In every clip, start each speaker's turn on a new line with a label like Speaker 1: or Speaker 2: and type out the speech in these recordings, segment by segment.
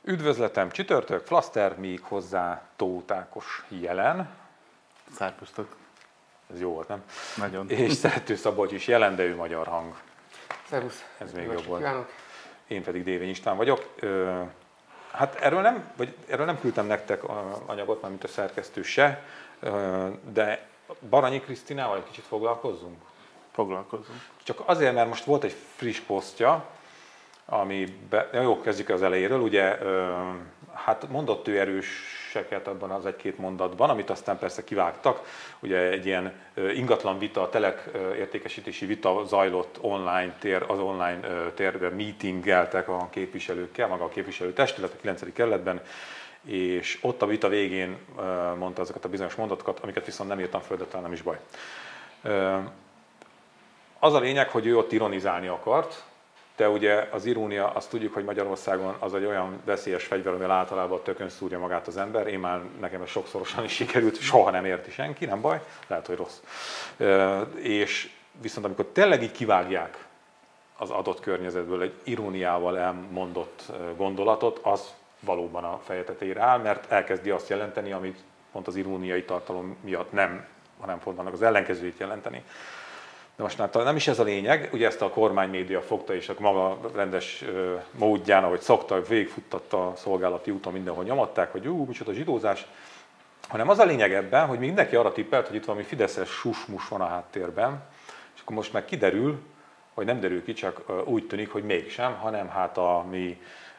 Speaker 1: Üdvözletem, csütörtök, flaszter, még hozzá Tóth Ákos jelen.
Speaker 2: Szervusztok.
Speaker 1: Ez jó volt, nem?
Speaker 2: Nagyon.
Speaker 1: És Szerető Szabolcs is jelen, de ő magyar hang.
Speaker 3: Szervusz.
Speaker 1: Ez még jobb volt.
Speaker 3: Kívánok.
Speaker 1: Én pedig Dévény István vagyok. Hát erről nem küldtem nektek anyagot, mármint a szerkesztő se, de Baranyi Krisztinával egy kicsit foglalkozzunk?
Speaker 2: Foglalkozunk.
Speaker 1: Csak azért, mert most volt egy friss posztja, jó, kezdjük az elejéről, ugye, hát mondott ő erőseket abban az egy-két mondatban, amit aztán persze kivágtak. Ugye egy ilyen ingatlan vita, a telek értékesítési vita zajlott az online térben, meetingeltek a képviselőkkel, maga a képviselőtestület a 9. kerületben, és ott a vita végén mondta azokat a bizonyos mondatokat, amiket viszont nem írtam föl, de talán nem is baj. Az a lényeg, hogy ő ott ironizálni akart, de ugye az irónia, azt tudjuk, hogy Magyarországon az egy olyan veszélyes fegyver, amivel általában tökön szúrja magát az ember. Nekem ez sokszorosan is sikerült, soha nem érti senki, nem baj, lehet, hogy rossz. És viszont amikor tényleg így kivágják az adott környezetből egy iróniával elmondott gondolatot, az valóban a feje tetejére áll, mert elkezdi azt jelenteni, amit pont az iróniai tartalom miatt nem, hanem pont annak az ellenkezőjét jelenteni. De most már nem is ez a lényeg, ugye ezt a kormánymédia fogta, és a maga rendes módján, ahogy szokta, végigfuttatta a szolgálati úton, mindenhol nyomatták, hogy micsoda zsidózás, hanem az a lényeg ebben, hogy mindenki arra tippelt, hogy itt valami fideszes susmus van a háttérben, és akkor most már kiderül, hogy nem derül ki, csak úgy tűnik, hogy mégsem, hanem hát a mi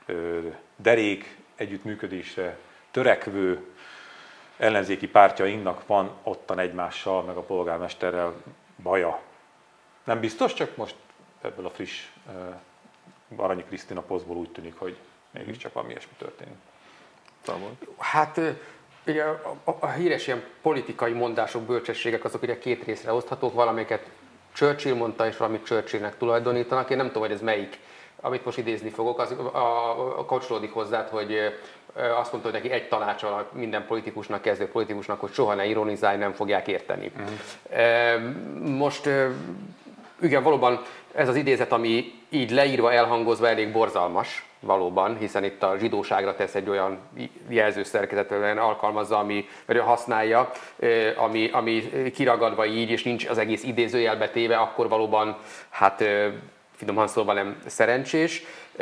Speaker 1: derék együttműködésre törekvő ellenzéki pártjainknak van ottan egymással, meg a polgármesterrel baja. Nem biztos, csak most ebből a friss Baranyi Krisztina posztból úgy tűnik, hogy mégiscsak valami ilyesmi történik.
Speaker 3: Hát ugye a híres ilyen politikai mondások, bölcsességek azok ugye két részre oszthatók, valamelyiket Churchill mondta, és valamit Churchillnek tulajdonítanak. Én nem tudom, hogy ez melyik, amit most idézni fogok, az kapcsolódik hozzá, hogy azt mondta, hogy neki egy tanácsa minden politikusnak, kezdő politikusnak, hogy soha ne ironizálj, nem fogják érteni. Most igen, valóban ez az idézet, ami így leírva, elhangozva elég borzalmas, valóban, hiszen itt a zsidóságra tesz egy olyan jelzőszerkezetet, alkalmazza, vagy használja, ami kiragadva így, és nincs az egész idézőjelbe téve, akkor valóban, hát finoman szólva nem szerencsés.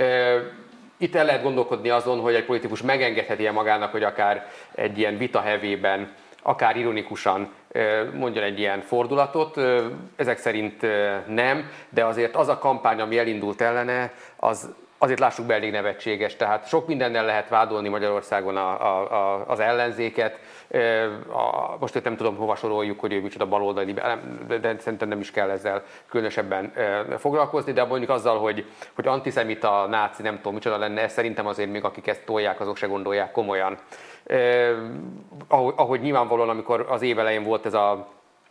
Speaker 3: Itt el lehet gondolkodni azon, hogy egy politikus megengedheti-e magának, hogy akár egy ilyen vita hevében, akár ironikusan mondjon egy ilyen fordulatot. Ezek szerint nem, de azért az a kampány, ami elindult ellene, azért lássuk be elég nevetséges. Tehát sok mindennel lehet vádolni Magyarországon az ellenzéket. Most nem tudom, hova soroljuk, hogy ő micsoda baloldali, de szerintem nem is kell ezzel különösebben foglalkozni, de mondjuk azzal, hogy antiszemita, náci, nem tudom micsoda lenne, szerintem azért még akik ezt tolják, azok se gondolják komolyan. Ahogy nyilvánvalóan, amikor az év elején volt ez a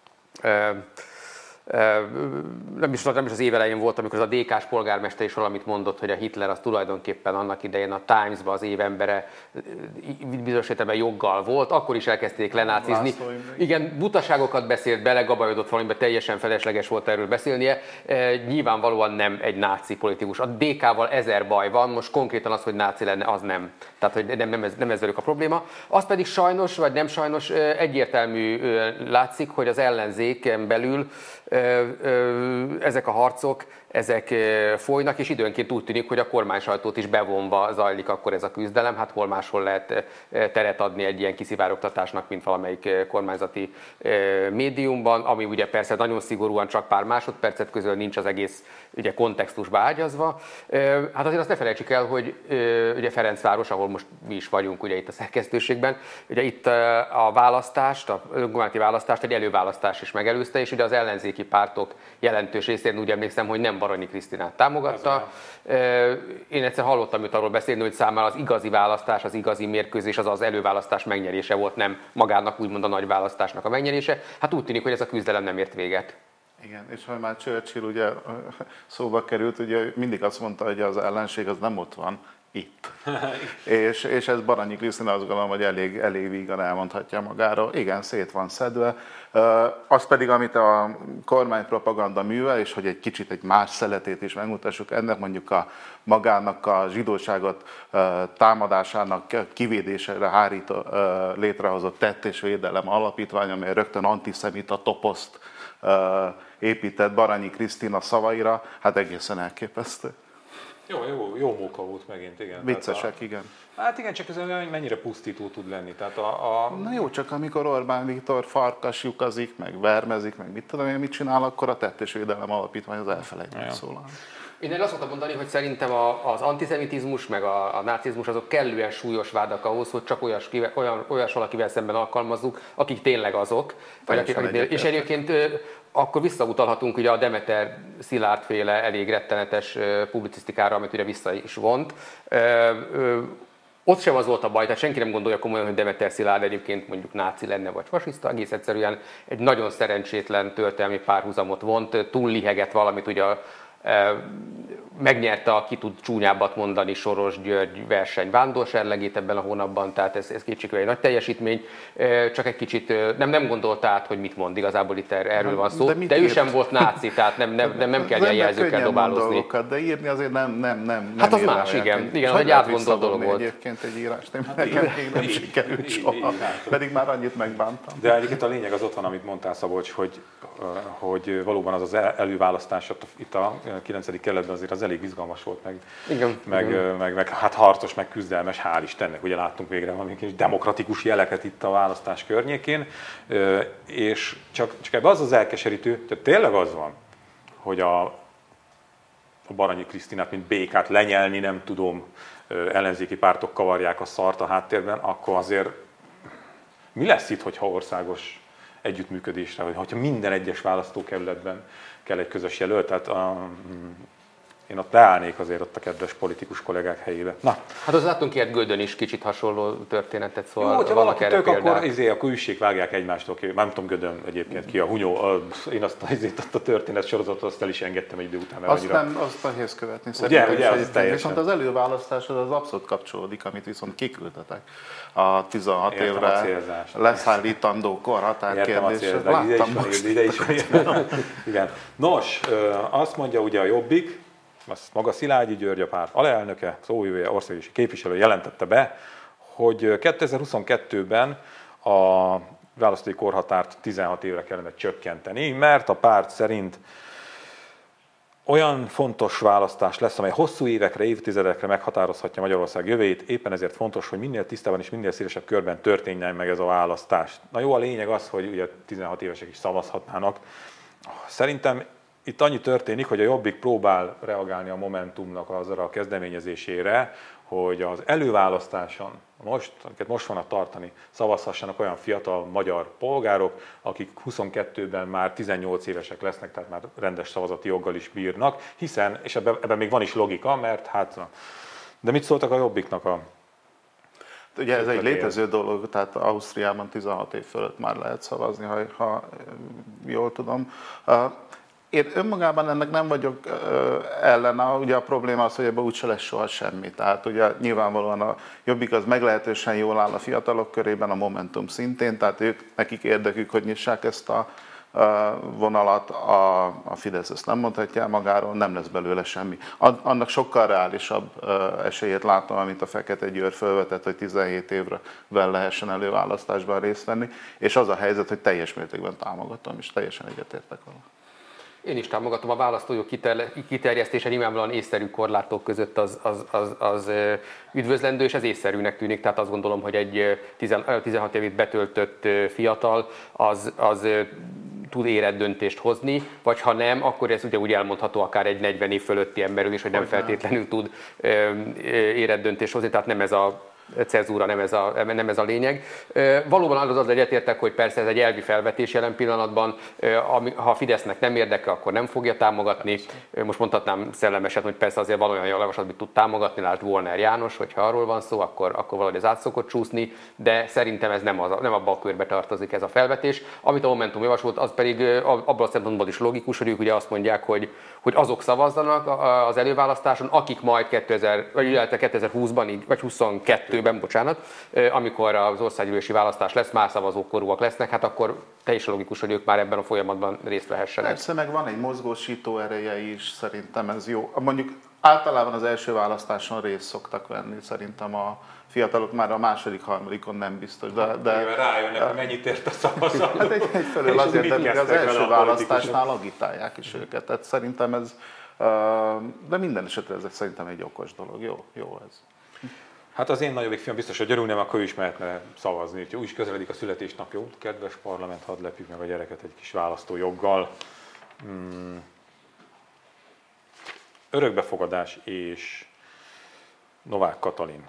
Speaker 3: nem is az év elején volt, amikor az a DK-s polgármester is valamit mondott, hogy a Hitler az tulajdonképpen annak idején a Times-ban az év embere bizonyos értelemben joggal volt, akkor is elkezdték lenácizni. Igen, butaságokat beszélt, belegabajodott valamiben, teljesen felesleges volt erről beszélnie. Nyilvánvalóan nem egy náci politikus. A DK-val 1000 baj van, most konkrétan az, hogy náci lenne, az nem. Tehát, hogy nem ez velük a probléma. Az pedig sajnos, vagy nem sajnos, egyértelmű látszik, hogy az ellenzéken belül ezek a harcok, ezek folynak, és időnként úgy tűnik, hogy a kormánysajtót is bevonva zajlik akkor ez a küzdelem. Hát hol máshol lehet teret adni egy ilyen kiszivárogtatásnak, mint valamelyik kormányzati médiumban, ami ugye persze nagyon szigorúan csak pár másodpercet közöl, nincs az egész ugye kontextusba ágyazva. Hát azért azt ne felejtsük el, hogy ugye Ferencváros, ahol most mi is vagyunk ugye itt a szerkesztőségben, ugye itt a választást, a önkormányzati választást egy előválasztás is megelőzte, és ugye az ellenzéki pártok jelentős részén úgy emlékszem, hogy nem Baranyi Krisztinát támogatta. Én egyszer hallottam őt arról beszélni, hogy számára az igazi választás, az igazi mérkőzés az előválasztás megnyerése volt, nem magának úgymond a nagy választásnak a megnyerése. Hát úgy tűnik, hogy ez a küzdelem nem ért véget.
Speaker 2: Igen, és ha már Churchill ugye szóba került, ugye mindig azt mondta, hogy az ellenség az nem ott van, itt. és ez Baranyi Krisztina, azt gondolom, hogy elég vígan elmondhatja magáról. Igen, szét van szedve. Az pedig, amit a kormánypropaganda művel, és hogy egy kicsit egy más szeletét is megmutassuk, ennek mondjuk magának a zsidóságot támadásának kivédésére hárító létrehozott Tett és Védelem Alapítvány, amely rögtön antiszemita toposzt épített Baranyi Krisztina szavaira, hát egészen elképesztő.
Speaker 1: Jó móka volt megint, igen.
Speaker 2: Viccesek, igen.
Speaker 1: Hát igen, csak ez mennyire pusztító tud lenni. Tehát
Speaker 2: Na jó, csak amikor Orbán Viktor farkas lyukazik, meg vermezik, meg mit tudom én, mit csinál, akkor a Tett és Védelem Alapítvány az elfelejt megszólalni.
Speaker 3: Én azt szoktam mondani, hogy szerintem az antiszemitizmus meg a nácizmus azok kellően súlyos vádak ahhoz, hogy csak olyas valakivel szemben alkalmazzuk, akik tényleg azok. És egyébként akkor visszautalhatunk ugye a Demeter Szilárd féle elég rettenetes publicisztikára, amit ugye vissza is vont. Ott sem az volt a baj, tehát senki nem gondolja komolyan, hogy Demeter Szilárd egyébként mondjuk náci lenne vagy fasiszta, egész egyszerűen egy nagyon szerencsétlen történelmi párhuzamot vont, túllihegett valamit, ugye megnyerte a ki tud csúnyábbat mondani Soros György verseny vándorserlegét ebben a hónapban, tehát ez kétségkívül egy nagy teljesítmény, csak egy kicsit nem gondolta át, hogy mit mond, igazából itt erről van szó, de ő sem volt náci, tehát nem kell ilyen jelzőkkel dobálózni.
Speaker 2: De írni azért nem
Speaker 3: hát az más, igen, az egy átgondolt dolog volt.
Speaker 2: Egyébként egy írás, nekem még nem sikerült soha, pedig már annyit megbántam.
Speaker 1: De egyébként a lényeg az ott van, amit mondtál, Szabolcs, hogy valóban az előválasztás itt a 9. kerületben azért az elég izgalmas volt, meg hát harcos, meg küzdelmes, hál' Istennek, ugye láttunk végre valami kis demokratikus jeleket itt a választás környékén, és csak ebben az elkeserítő, tehát tényleg az van, hogy a Baranyi Krisztinát, mint békát lenyelni, nem tudom, ellenzéki pártok kavarják a szart a háttérben, akkor azért mi lesz itt, hogyha országos együttműködésre, vagy hogyha minden egyes választókerületben kell egy közös jelölt, tehát én ott leállnék azért ott a kedves politikus kollégák helyébe. Na.
Speaker 3: Hát az láttunk ilyet Gödön is kicsit hasonló történetet, szóval
Speaker 1: jó, hogyha valaki tök, akkor üssék, vágják egymástól, nem tudom Gödön egyébként ki a Hunyó, én azt a történet sorozatot azt el is engedtem egy idő után.
Speaker 2: Azt nehéz követni szerintem. Viszont az előválasztáshoz az abszolút kapcsolódik, amit viszont kiküldtetek. A 16 évre leszállítandó korhatár kérdésre.
Speaker 1: Ide is van. Igen. Nos, azt mondja ugye a Jobbik, azt maga Szilágyi György, a párt alelnöke, szóvivője, országgyűlési képviselő jelentette be, hogy 2022-ben a választói korhatárt 16 évre kellene csökkenteni, mert a párt szerint olyan fontos választás lesz, amely hosszú évekre, évtizedekre meghatározhatja Magyarország jövőjét, éppen ezért fontos, hogy minél tisztában és minél szélesebb körben történjen meg ez a választás. Na jó, a lényeg az, hogy ugye 16 évesek is szavazhatnának. Szerintem itt annyi történik, hogy a Jobbik próbál reagálni a Momentumnak azra a kezdeményezésére, hogy az előválasztáson, amiket most vannak tartani, szavazhassanak olyan fiatal magyar polgárok, akik 22-ben már 18 évesek lesznek, tehát már rendes szavazati joggal is bírnak, hiszen, és ebben még van is logika, mert hát, de mit szóltak a Jobbiknak a...
Speaker 2: Ugye ez egy létező dolog, tehát Ausztriában 16 év fölött már lehet szavazni, ha jól tudom. Én önmagában ennek nem vagyok ellene, ugye a probléma az, hogy ebben úgyse lesz soha semmi. Tehát ugye nyilvánvalóan a Jobbik az meglehetősen jól áll a fiatalok körében, a Momentum szintén, tehát nekik érdekük, hogy nyissák ezt a vonalat, a Fidesz ezt nem mondhatja el magáról, nem lesz belőle semmi. Annak sokkal reálisabb esélyét látom, amit a Fekete Győr felvetett, hogy 17 évre lehessen előválasztásban részt venni, és az a helyzet, hogy teljes mértékben támogatom, és teljesen egyetértek vele.
Speaker 3: Én is támogatom a választójog kiterjesztése, nyilvánvalóan észszerű korlátok között az üdvözlendő, és ez észszerűnek tűnik, tehát azt gondolom, hogy egy 16 évét betöltött fiatal az tud érett döntést hozni, vagy ha nem, akkor ez ugye úgy elmondható akár egy 40 év fölötti emberről is, hogy nem feltétlenül tud érett döntést hozni, tehát nem ez a cezúra, nem ez a lényeg. Valóban az egyetértek, hogy persze ez egy elvi felvetés jelen pillanatban, ha a Fidesznek nem érdeke, akkor nem fogja támogatni. Most mondhatnám szellemesen, hogy persze azért valójában javaslat tud támogatni, lát Volner János, hogyha arról van szó, akkor valahogy ez át szokott csúszni, de szerintem ez nem abba a körbe tartozik ez a felvetés. Amit a Momentum javasolt, az pedig abban a szempontból is logikus, hogy ők ugye azt mondják, hogy azok szavazzanak az előválasztáson, akik majd 2020-ban, vagy 22-ben, bocsánat, amikor az országgyűlési választás lesz, már szavazókorúak lesznek, hát akkor teljesen logikus, hogy ők már ebben a folyamatban részt vehessenek.
Speaker 2: Persze, meg van egy mozgósító ereje is, szerintem ez jó. Mondjuk általában az első választáson részt szoktak venni, szerintem a fiatalok már a második, harmadikon nem biztos.
Speaker 1: De rájönnek, hogy mennyit ért a szavazat.
Speaker 2: Hát egyfelől azért, de az első választásnál agitálják is őket. Tehát szerintem ez, de minden esetre ez szerintem egy okos dolog. Jó ez.
Speaker 1: Hát az én nagyobbik fiam biztos, hogy örülnem, akkor ő is mehetne szavazni. Úgyhogy úgy is közeledik a születésnapja. Kedves parlament, hadd lepjük meg a gyereket egy kis választójoggal. Örökbefogadás és Novák Katalin.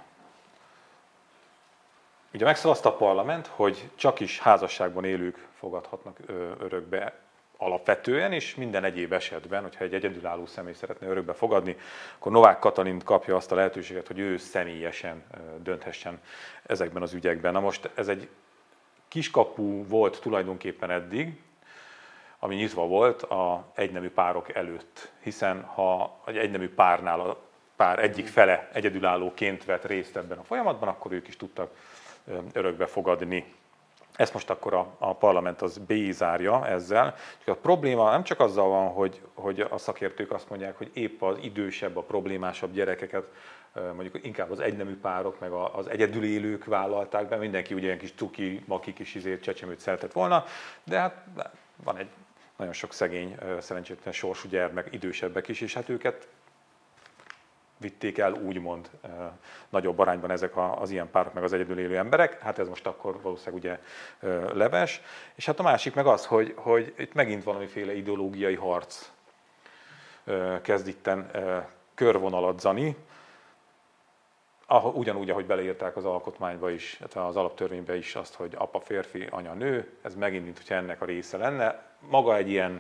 Speaker 1: Ugye megszavazta a parlament, hogy csak is házasságban élők fogadhatnak örökbe alapvetően, és minden egyéb esetben, hogyha egy egyedülálló személy szeretne örökbe fogadni, akkor Novák Katalin kapja azt a lehetőséget, hogy ő személyesen dönthessen ezekben az ügyekben. Na most ez egy kiskapu volt tulajdonképpen eddig, ami nyitva volt a egynemű párok előtt, hiszen ha egy egynemű párnál a pár egyik fele egyedülállóként vett részt ebben a folyamatban, akkor ők is tudtak örökbe fogadni. Ezt most akkor a parlament az bezárja ezzel. A probléma nem csak azzal van, hogy a szakértők azt mondják, hogy épp az idősebb, a problémásabb gyerekeket, mondjuk inkább az egynemű párok, meg az egyedül élők vállalták be, mindenki ugye ilyen kis cuki, maki kis csecsemőt szeretett volna, de hát van egy nagyon sok szegény, szerencsétlen sorsú gyermek, idősebbek is, és hát őket vitték el úgymond nagyobb arányban ezek az ilyen párok, meg az egyedül élő emberek. Hát ez most akkor valószínűleg ugye leves. És hát a másik meg az, hogy itt megint valamiféle ideológiai harc kezd itten körvonaladzani, ugyanúgy, ahogy beleírták az alkotmányba is, az alaptörvénybe is azt, hogy apa férfi, anya nő, ez megint, mint hogyha ennek a része lenne. Maga egy ilyen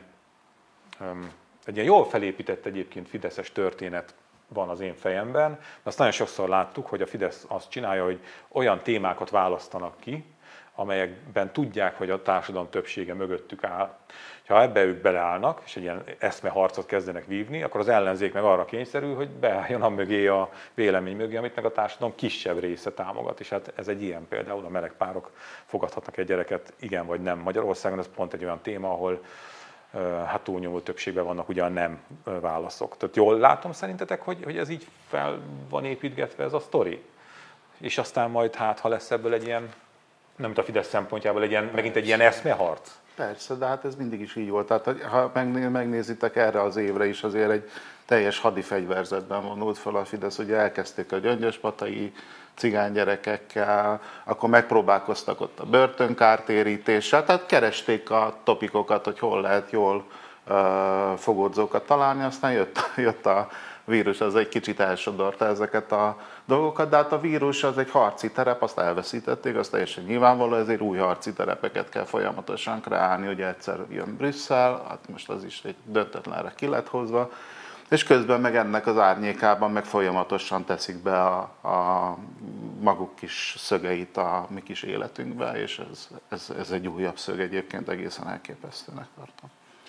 Speaker 1: jól felépített egyébként fideszes történet van az én fejemben, de azt nagyon sokszor láttuk, hogy a Fidesz azt csinálja, hogy olyan témákat választanak ki, amelyekben tudják, hogy a társadalom többsége mögöttük áll. Ha ebbe ők beleállnak, és egy ilyen eszmeharcot kezdenek vívni, akkor az ellenzék meg arra kényszerül, hogy beálljon a mögé, a vélemény mögé, amit meg a társadalom kisebb része támogat. És hát ez egy ilyen például, a meleg párok fogadhatnak egy gyereket, igen vagy nem Magyarországon, ez pont egy olyan téma, ahol hát túlnyomó többségben vannak ugye a nem válaszok. Tehát jól látom szerintetek, hogy ez így fel van építgetve ez a sztori? És aztán majd ha lesz ebből egy ilyen, nem a Fidesz szempontjából megint egy ilyen eszmeharc?
Speaker 2: Persze, de hát ez mindig is így volt. Tehát ha megnézitek erre az évre is, azért egy teljes hadifegyverzetben vonult fel a Fidesz, ugye elkezdték a gyöngyöspatai cigánygyerekekkel, akkor megpróbálkoztak ott a börtönkártérítéssel, tehát keresték a topikokat, hogy hol lehet jól fogódzókat találni, aztán jött a vírus, az egy kicsit elsodorta ezeket a dolgokat, de hát a vírus az egy harci terep, azt elveszítették, az teljesen nyilvánvaló, ezért új harci terepeket kell folyamatosan kreálni, ugye egyszer jön Brüsszel, hát most az is egy döntetlenre ki lett hozva, és közben meg ennek az árnyékában meg folyamatosan teszik be a maguk kis szögeit a mi kis életünkbe, és ez egy újabb szög egyébként, egészen elképesztőnek tartom.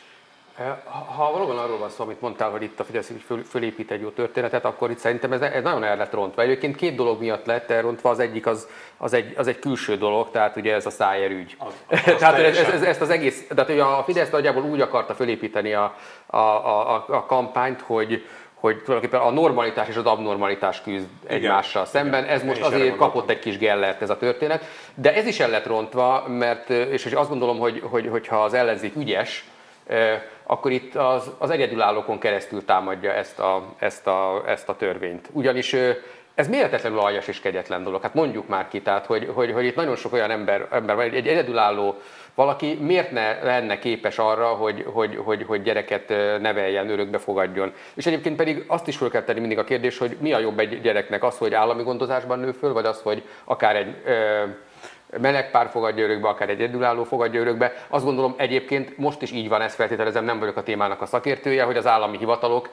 Speaker 3: Ha valóban arról van szó, amit mondtál, hogy itt a Fidesz fölépít egy jó történetet, akkor itt szerintem ez nagyon el lett rontva. Egyébként két dolog miatt lett elrontva, az egyik az egy külső dolog, tehát ugye ez a Szájer ügy. Tehát ezt az egész, tehát a Fidesz nagyjából úgy akarta fölépíteni a kampányt, hogy tulajdonképpen a normalitás és az abnormalitás küzd egymással szemben. Ez most azért kapott egy kis gellert ez a történet. De ez is el lett rontva, mert, és azt gondolom, hogy ha az ellenzék ügyes, akkor itt az egyedülállókon keresztül támadja ezt a törvényt. Ugyanis ez méretetlenül aljas és kegyetlen dolog. Hát mondjuk már ki, tehát, hogy itt nagyon sok olyan ember van, egy egyedülálló valaki miért ne lenne képes arra, hogy gyereket neveljen, örökbe fogadjon. És egyébként pedig azt is fel kell tenni mindig a kérdés, hogy mi a jobb egy gyereknek, az, hogy állami gondozásban nő föl, vagy az, hogy akár egy meleg pár fogadja örökbe, akár egy egyedülálló fogadja örökbe. Azt gondolom egyébként most is így van, ezt feltételezem, nem vagyok a témának a szakértője, hogy az állami hivatalok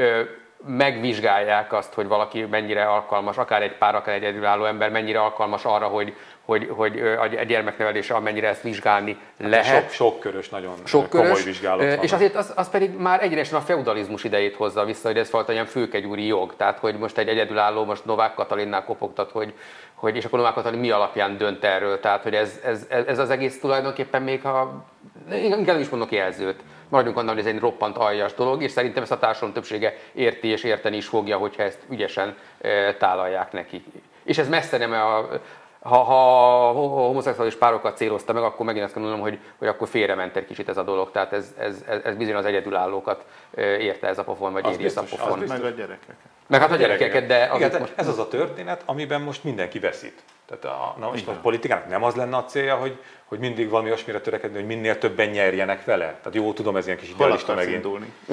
Speaker 3: megvizsgálják azt, hogy valaki mennyire alkalmas, akár egy pár, akár egy egyedülálló ember mennyire alkalmas arra, hogy a gyermeknevelésre, amennyire ezt vizsgálni lehet.
Speaker 1: Sokkörös, nagyon komoly vizsgálat van.
Speaker 3: És azért az pedig már egyenesen a feudalizmus idejét hozza vissza, hogy ez fajta ilyen főkegyúri jog. Tehát, hogy most egy egyedülálló, most Novák Katalinnál kopogtat, és akkor Novák Katalin mi alapján dönt erről. Tehát, hogy ez az egész tulajdonképpen még inkább is mondok jelzőt. Maradjunk annál, hogy ez egy roppant aljas dolog, és szerintem ezt a társadalom többsége érti és érteni is fogja, hogyha ezt ügyesen tálalják neki. És ez messze nem ha homoszexuális párokat célozta meg, akkor megint azt kell mondanom, hogy akkor félrement egy kicsit ez a dolog. Tehát ez bizony az egyedülállókat érte ez a pofon, vagy éri ez a pofon.
Speaker 2: Meg a gyerekeket.
Speaker 3: Meg hát a gyerekeket, de...
Speaker 1: Igen, most... Ez az a történet, amiben most mindenki veszít. Tehát most a politikának nem az lenne a célja, hogy mindig valami olyasmire törekedni, hogy minél többen nyerjenek vele. Tehát jó, tudom, ez ilyen kis idealista megint.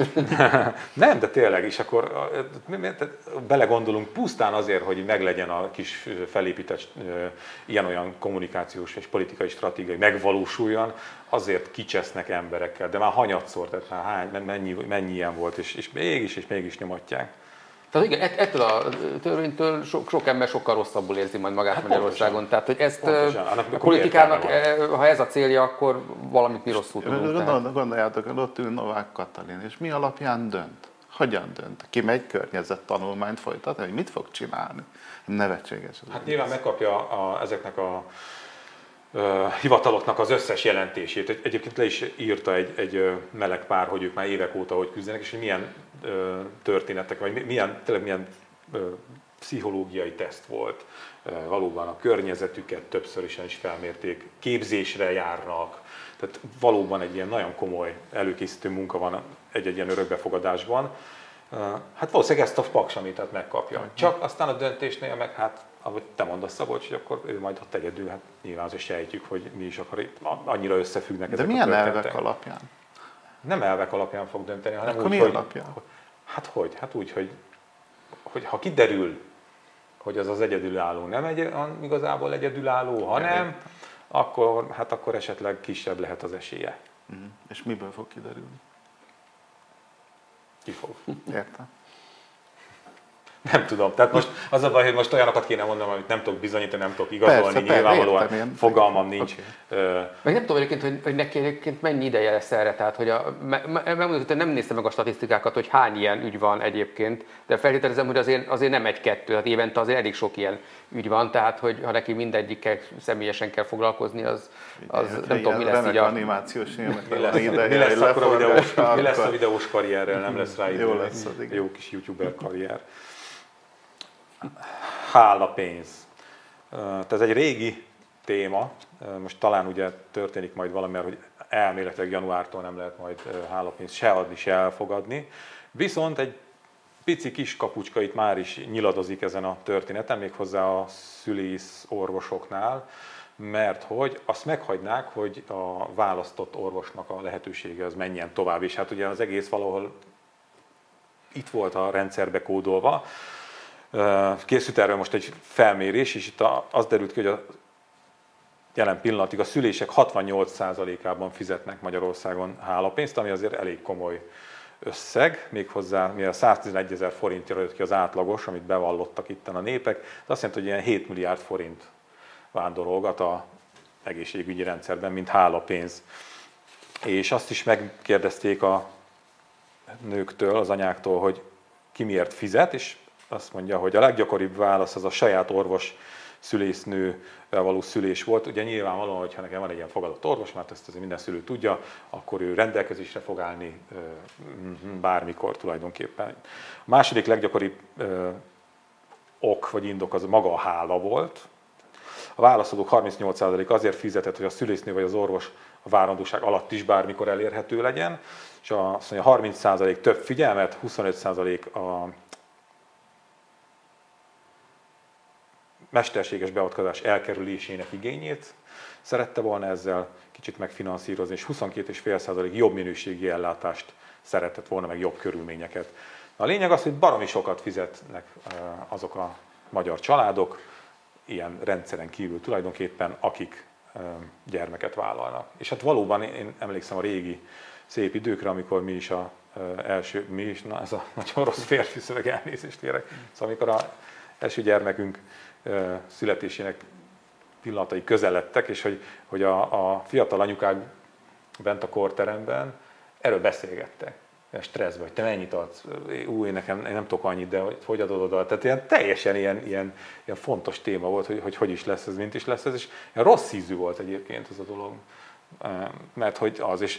Speaker 1: Nem, de tényleg, és akkor belegondolunk pusztán azért, hogy meglegyen a kis felépített ilyen-olyan kommunikációs és politikai stratégia, hogy megvalósuljon, azért kicsesznek emberekkel, de már hanyatszor, tehát már mennyi ilyen volt, és mégis nyomatják.
Speaker 3: Tehát igen, ettől a törvénytől sok ember sokkal rosszabbul érzi majd magát Magyarországon. Tehát, hogy ezt a politikának, ha ez a célja, akkor valamit mi rosszul tudunk.
Speaker 2: Gondoljátok, hogy ott ül Novák Katalin, és mi alapján dönt? Hogyan dönt? Ki megy környezettanulmányt folytatni, hogy mit fog csinálni? Nevetséges.
Speaker 1: Hát nyilván megkapja ezeknek a hivataloknak az összes jelentését. Egyébként le is írta egy meleg pár, hogy ők már évek óta hogy küzdenek, és hogy milyen történetek, vagy milyen pszichológiai teszt volt. Valóban a környezetüket többször is felmérték, képzésre járnak, tehát valóban egy ilyen nagyon komoly előkészítő munka van egy ilyen örökbefogadásban. Hát valószínűleg ezt a paks, amit megkapja. Csak aztán a döntésnél meg hát, ahogy te mondasz, Szabolcs, hogy akkor ő majd ott egyedül, hát nyilván azért sejtjük, hogy mi is akar, annyira összefüggnek ezek a történetek.
Speaker 2: De milyen elvek alapján?
Speaker 1: Nem elvek alapján fog dönteni, hanem
Speaker 2: akkor úgy, mi alapján?
Speaker 1: Hát úgy, hogy ha kiderül, hogy az egyedülálló nem igazából egyedülálló, hanem akkor esetleg kisebb lehet az esélye.
Speaker 2: És miből fog kiderülni?
Speaker 1: Ki fog?
Speaker 2: Értem.
Speaker 1: Nem tudom. Tehát most az a baj, hogy most olyanokat kéne mondanom, amit nem tudok bizonyítani, nem tudok igazolni, nyilvánvalóan fogalmam nincs.
Speaker 3: Meg nem tudom egyébként, hogy neki egyébként mennyi ideje lesz erre, tehát hogy megmondom, hogy nem néztem meg a statisztikákat, hogy hány ilyen ügy van egyébként, de feltételezem, hogy azért nem egy-kettő, tehát évente azért elég sok ilyen ügy van, tehát hogy ha neki mindegyikkel személyesen kell foglalkozni, az nem tudom, mi lesz így a...
Speaker 2: animációs
Speaker 1: mi lesz a videós karrierrel, nem lesz rá idő. Jó kis youtuber karrier. Hálapénz. Tehát ez egy régi téma, most talán ugye történik majd valami, hogy elméletileg januártól nem lehet majd hálapénzt se adni, se elfogadni. Viszont egy pici kis kapucska itt már is nyiladozik ezen a történeten, méghozzá a szülész orvosoknál, mert hogy azt meghagynák, hogy a választott orvosnak a lehetősége az menjen tovább. És hát ugye az egész valahol itt volt a rendszerbe kódolva. Készült erről most egy felmérés, és itt az derült ki, hogy a jelen pillanatig a szülések 68%-ában fizetnek Magyarországon hálapénzt, ami azért elég komoly összeg, méghozzá mivel 111 000 forintra jött ki az átlagos, amit bevallottak itten a népek, de azt jelenti, hogy ilyen 7 milliárd forint vándorolgat az egészségügyi rendszerben, mint hálapénz. És azt is megkérdezték a nőktől, az anyáktól, hogy ki miért fizet, és azt mondja, hogy a leggyakoribb válasz az a saját orvos szülésznővel való szülés volt. Ugye nyilvánvalóan, hogyha nekem van egy ilyen fogadott orvos, mert ezt azért minden szülő tudja, akkor ő rendelkezésre fog állni bármikor tulajdonképpen. A második leggyakoribb ok vagy indok az maga a hála volt. A válaszadók 38% azért fizetett, hogy a szülésznő vagy az orvos a várandóság alatt is bármikor elérhető legyen, és azt mondja, 30% több figyelmet, 25% mesterséges beavatkozás elkerülésének igényét szerette volna ezzel kicsit megfinanszírozni, és 22,5% jobb minőségi ellátást szeretett volna, meg jobb körülményeket. A lényeg az, hogy baromi sokat fizetnek azok a magyar családok, ilyen rendszeren kívül tulajdonképpen, akik gyermeket vállalnak. És hát valóban én emlékszem a régi szép időkre, amikor ez a nagyon rossz férfi szöveg, elnézést kérek, szóval amikor az első gyermekünk születésének pillanatai közeledtek, és hogy a fiatal anyukák bent a korteremben erről beszélgettek. Stresszben, hogy te mennyit adsz, én nem tudok annyit, de hogy adod oda. Tehát ilyen, teljesen ilyen fontos téma volt, hogy is lesz ez, mint is lesz ez, és rossz ízű volt egyébként ez a dolog. Mert hogy az, és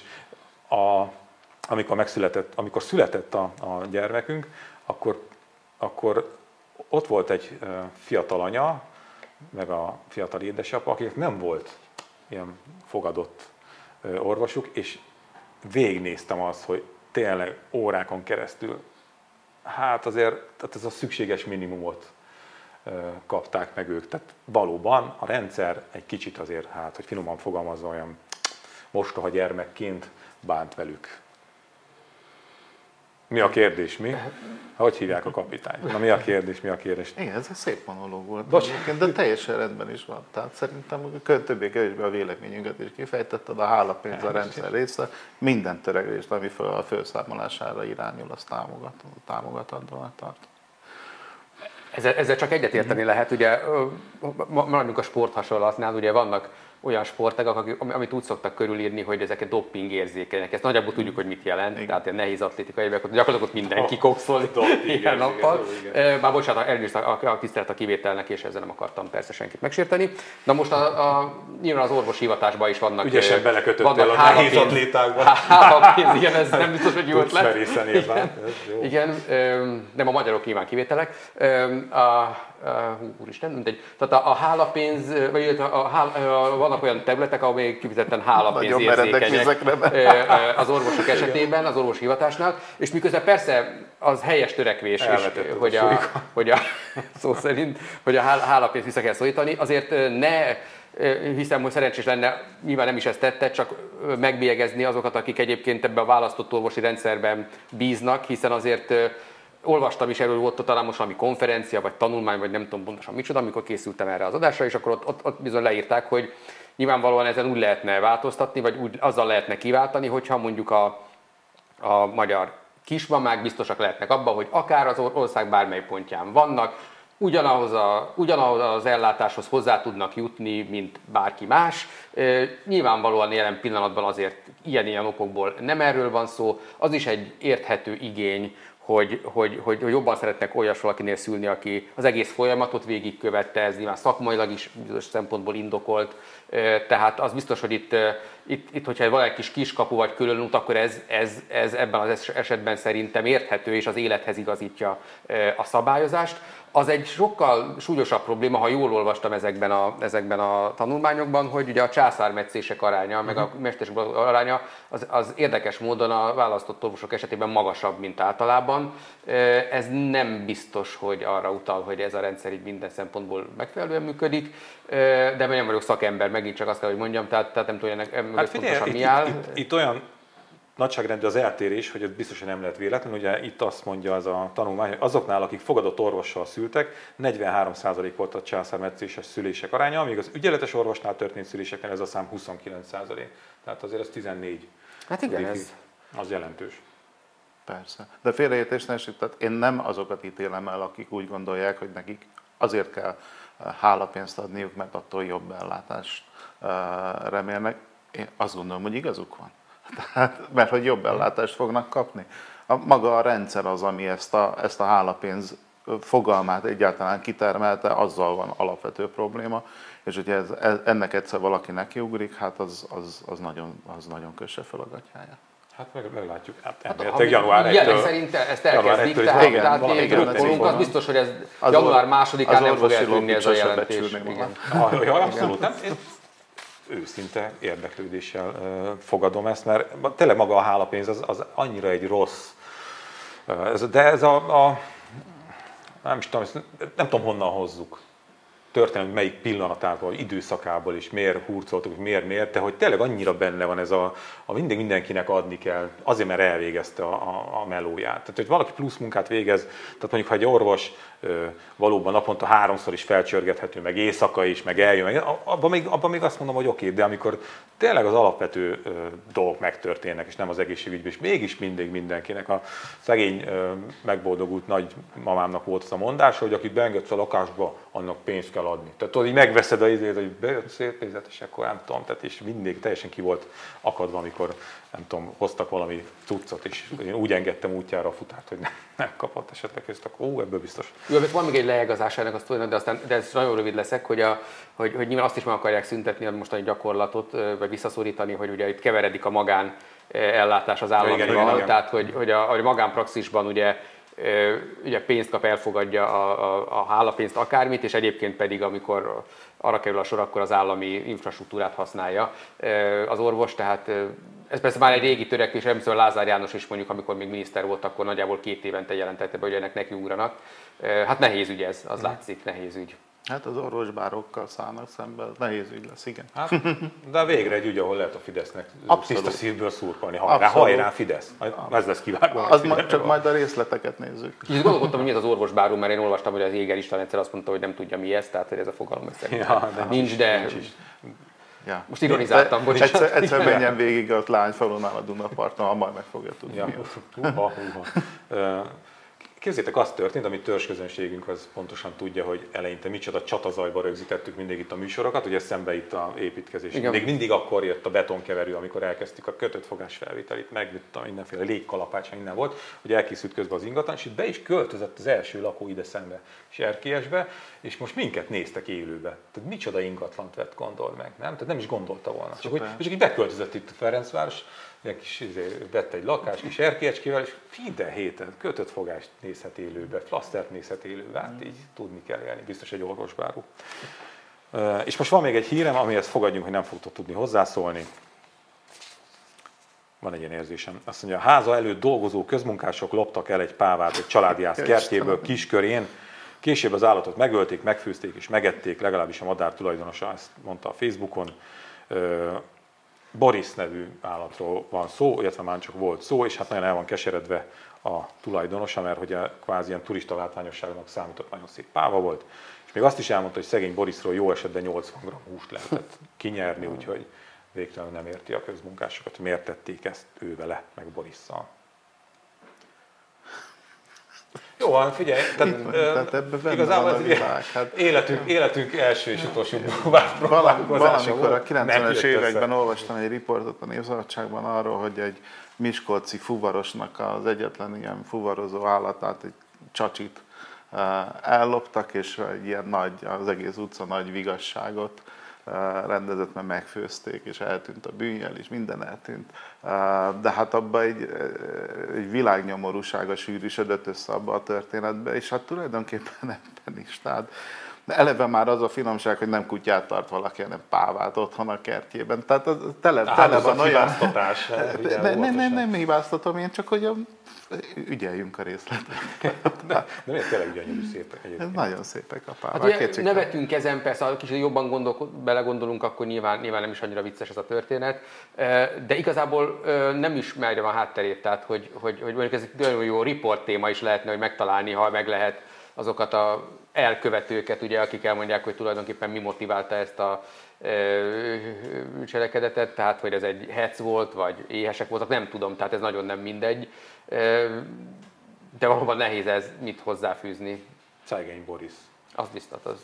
Speaker 1: amikor született a gyermekünk, akkor ott volt egy fiatal anya, meg a fiatal édesapa, akiknek nem volt ilyen fogadott orvosuk, és végignéztem azt, hogy tényleg órákon keresztül, hát azért tehát ez a szükséges minimumot kapták meg ők. Tehát valóban a rendszer egy kicsit azért, hát hogy finoman fogalmazva, olyan mostoha gyermekként bánt velük. Mi a kérdés, mi? Hogy hívják a kapitányt? Na mi a kérdés, mi a kérdés?
Speaker 2: Igen, ez egy szép monológ volt, de teljesen rendben is van. Tehát szerintem többé-kevésbé a véleményünket is kifejtetted, a hálapénz a rendszer része, minden törekvést, ami a felszámolására irányul, azt támogatandóan tart.
Speaker 3: Ezzel csak egyetérteni lehet, ugye maradjunk a sporthasonlatnál, ugye vannak olyan sportágak, amit úgy szoktak körülírni, hogy ezeket dopping érzékenyek. Ezt nagyjából tudjuk, hogy mit jelent, igen. Tehát ilyen nehéz atlétikai évek, gyakorlatilag ott mindenki kokszol ilyen nappal. Bár bocsánat, elnézést a tisztelet a kivételnek, és ezzel nem akartam persze senkit megsérteni. Na most nyilván az orvoshivatásban is vannak...
Speaker 1: Ügyesen belekötöttél a nehéz atlétákba.
Speaker 3: Hálapénz, igen, ez nem biztos, hogy jó ötlet. Igen, nem a magyarok nyilván kivételek. Úristen, mindegy. Tehát a hálapénz, vagy vannak olyan területek, ahol még kifejezetten hálapénz érzékenyek az orvosok esetében, az orvosi hivatásnál, és miközben persze az helyes törekvés is, hogy a szó szerint, hogy a hálapénzt vissza kell szorítani, azért ne hiszem, hogy szerencsés lenne, nyilván nem is ezt tette, csak megbélyegezni azokat, akik egyébként ebben a választott orvosi rendszerben bíznak, hiszen azért olvastam is erről, volt talán most valami konferencia, vagy tanulmány, vagy nem tudom pontosan micsoda, amikor készültem erre az adásra, és akkor ott bizony leírták, hogy nyilvánvalóan ezen úgy lehetne változtatni, vagy úgy azzal lehetne kiváltani, hogyha mondjuk a magyar kismamák biztosak lehetnek abban, hogy akár az ország bármely pontján vannak, ugyanahoz az ellátáshoz hozzá tudnak jutni, mint bárki más. Nyilvánvalóan jelen pillanatban azért ilyen okokból nem erről van szó, az is egy érthető igény, hogy jobban szeretnek olyas valakinél szülni, aki az egész folyamatot végigkövette, ez nyilván szakmailag is bizonyos szempontból indokolt. Tehát az biztos, hogy itt hogyha van egy kis kiskapu vagy különút, akkor ez ebben az esetben szerintem érthető, és az élethez igazítja a szabályozást. Az egy sokkal súlyosabb probléma, ha jól olvastam ezekben a tanulmányokban, hogy ugye a császármetszések aránya, meg a mesterség aránya az érdekes módon a választott orvosok esetében magasabb, mint általában. Ez nem biztos, hogy arra utal, hogy ez a rendszer így minden szempontból megfelelően működik, de nem vagyok szakember, megint csak azt kell, hogy mondjam, tehát nem tudom, hogy pontosan mi áll.
Speaker 1: Itt olyan nagyságrendű az eltérés, hogy ez biztosan nem lehet véletlen. Ugye itt azt mondja az a tanulmány, hogy azoknál, akik fogadott orvossal szültek, 43% volt a császármetszéses szülések aránya, amíg az ügyeletes orvosnál történt szüléseknél ez a szám 29%. Tehát azért ez 14.
Speaker 3: Hát igen, ez
Speaker 1: az jelentős.
Speaker 2: Persze. De félreértés ne esik, tehát én nem azokat ítélem el, akik úgy gondolják, hogy nekik azért kell hálapénzt adniuk, mert attól jobb ellátást remélnek. Én azt gondolom, hogy igazuk van. Tehát, mert hogy jobb ellátást fognak kapni. Maga a rendszer az, ami ezt a hálapénz fogalmát egyáltalán kitermelte, azzal van alapvető probléma, és hogyha ennek egyszer valaki nekiugrik, hát az nagyon kösse fel a gatyáját.
Speaker 1: Hát meglátjuk. Hát január 1-től.
Speaker 3: Jelek szerint ezt elkezdik, tehát az biztos, hogy ez január 2-án nem fog eltűnni ez a jelentés.
Speaker 1: Abszolút nem. Őszinte érdeklődéssel fogadom ezt, mert tényleg maga a hálapénz az annyira egy rossz. De ez nem tudom honnan hozzuk. történelmi melyik pillanatából, időszakából, és miért hurcoltuk, miért, de hogy tényleg annyira benne van ez a mindig mindenkinek adni kell, azért mert elvégezte a melóját. Tehát, hogy valaki plusz munkát végez, tehát mondjuk, ha egy orvos valóban naponta 3-szor is felcsörgethető, meg éjszaka is, meg eljön, meg abban még azt mondom, hogy oké, de amikor tényleg az alapvető dolgok megtörténnek, és nem az egészségügyben, és mégis mindig mindenkinek. A szegény megboldogult nagymamámnak volt az a mondás, hogy akit beengedsz a lakásba, annak pénzt kell adni. Tehát tudod, így megveszed az izét, hogy bejött szép és akkor nem tudom, tehát és mindig teljesen ki volt akadva, amikor nem tudom, hoztak valami cuccot, és én úgy engedtem útjára a futárt, hogy nem kapott esetleg, és akkor ebből biztos.
Speaker 3: Jó, van még egy leágazás ennek a sztorinak, de ez nagyon rövid leszek, hogy nyilván azt is meg akarják szüntetni a mostani gyakorlatot, vagy visszaszorítani, hogy ugye itt keveredik a magán ellátás az államival, tehát hogy a magánpraxisban ugye pénzt kap, elfogadja a hálapénzt akármit, és egyébként pedig amikor arra kerül a sor, akkor az állami infrastruktúrát használja az orvos, tehát ez persze már egy régi törekvés, emlékszem, Lázár János is mondjuk, amikor még miniszter volt, akkor nagyjából 2 évente jelentette be, hogy ennek nekiugranak. Hát nehéz ügy ez, az látszik, nehéz ügy.
Speaker 2: Hát az orvosbárokkal szállnak szemben, nehéz ügy lesz, igen.
Speaker 1: Hát, de végre egy ügy, ahol lehet a Fidesznek tiszta szívből szurkolni. Hajrá Fidesz! Ez lesz kivágva.
Speaker 2: Csak majd a részleteket nézzük.
Speaker 3: Én gondolkodtam, hogy mi ez az orvosbárum, mert én olvastam, hogy az Jéger István egyszer azt mondta, hogy nem tudja mi ez, tehát hogy ez a fogalom nincs, de... Ja. Most ironizáltam, bocsánat.
Speaker 2: Egyszer menjen végig a Lányfalunál a Dunaparton, majd meg fogja tudni.
Speaker 1: Képzeljétek, az történt, amit törzsközönségünk az pontosan tudja, hogy eleinte micsoda csatazajba rögzítettük mindig itt a műsorokat, ugye szembe itt a építkezés. Mindig akkor jött a betonkeverő, amikor elkezdtük a kötött fogás felvételit, meg mindenféle légkalapács, minden volt, hogy elkészült közben az ingatlan, és itt be is költözött az első lakó ide szembe, és Erkélyesbe, és most minket néztek élőbe. Tehát micsoda ingatlant vett, gondold meg, nem? Tehát nem is gondolta volna. Csak így beköltözött itt a Ferencváros, ilyen kis, vett egy lakás, kis erkélyecskével, és minden héten kötött fogást nézhet élőbe, flasztert nézhet élőbe, hát így tudni kell élni, biztos egy orvosbáró. És most van még egy hírem, amihez fogadjunk, hogy nem fogtok tudni hozzászólni. Van egy ilyen érzésem. Azt mondja, a háza előtt dolgozó közmunkások loptak el egy pávát egy családjász kertjéből Kiskörén. Később az állatot megölték, megfőzték és megették, legalábbis a madár tulajdonosa ezt mondta a Facebookon. Boris nevű állatról van szó, illetve már csak volt szó, és hát nagyon el van keseredve a tulajdonosa, mert hogy kvázi ilyen turista látványosságnak számított, nagyon szép páva volt. És még azt is elmondta, hogy szegény Borisról jó esetben 80 g húst lehetett kinyerni, úgyhogy végtelenül nem érti a közmunkásokat, hogy miért tették ezt ő vele, meg Borisszal. Jó van, figyelj,
Speaker 2: tehát ebben
Speaker 1: igazából
Speaker 2: van a világ. Hát,
Speaker 1: életünk első és utolsó próbálkozása
Speaker 2: volt. Valamikor a 90-es években olvastam egy riportot a Népszabadságban arról, hogy egy miskolci fuvarosnak az egyetlen ilyen fuvarozó állatát, egy csacsit elloptak, és egy ilyen nagy, az egész utca nagy vigasságot rendezett, mert megfőzték, és eltűnt a bűnjel, és minden eltűnt. De hát abban egy világnyomorúsága sűrűsödött össze abba a történetbe, és hát tulajdonképpen ebben is. Tehát eleve már az a finomság, hogy nem kutyát tart valaki, hanem pávát otthon a kertjében. Tehát tele van olyan...
Speaker 1: hibáztatás.
Speaker 2: Nem hibáztatom én, csak hogy ügyeljünk a részletekre.
Speaker 1: De miért tényleg gyönyörű szépek egyébként?
Speaker 2: Nagyon szépek a pávák.
Speaker 3: Hát nevetünk ezen, persze, ha kicsit jobban belegondolunk, akkor nyilván nem is annyira vicces ez a történet, de igazából nem ismerjem a hátterét, tehát hogy mondjuk ez egy nagyon jó riport téma is lehetne, hogy megtalálni, ha meg lehet azokat a elkövetőket, ugye, akik elmondják, hogy tulajdonképpen mi motiválta ezt a cselekedetet, tehát hogy ez egy hec volt, vagy éhesek voltak, nem tudom, tehát ez nagyon nem mindegy. De valóban nehéz ez mit hozzáfűzni.
Speaker 1: Szegény Boris.
Speaker 3: Az biztos, az...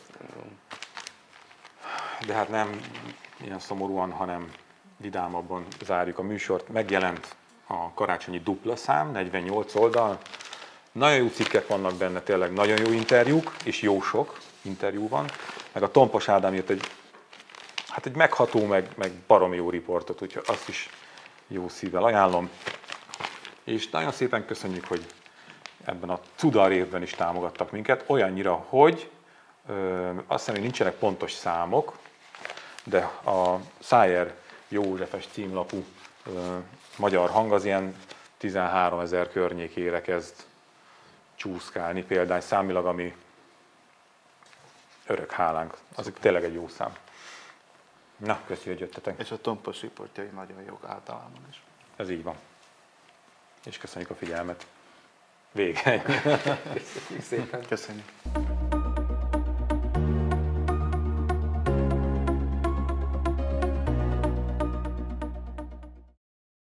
Speaker 1: De hát nem ilyen szomorúan, hanem vidámabban zárjuk a műsort. Megjelent a karácsonyi dupla szám, 48 oldal. Nagyon jó cikkek vannak benne, tényleg nagyon jó interjúk, és jó sok interjú van. Meg a Tompos Ádám írt egy megható, meg baromi jó riportot, úgyhogy azt is jó szívvel ajánlom. És nagyon szépen köszönjük, hogy ebben a Cudar évben is támogattak minket, olyannyira, hogy azt hiszem, hogy nincsenek pontos számok, de a Szájer Józsefes címlapú magyar hang az ilyen 13 000 környékére kezd csúszkálni, példány számilag, ami örök hálánk. Az tényleg egy jó szám. Na, köszönjük, hogy jöttetek.
Speaker 2: És a tompos riportjai nagyon jók általában is.
Speaker 1: Ez így van. És köszönjük a figyelmet. Vége.
Speaker 3: Köszönjük szépen.
Speaker 2: Köszönjük.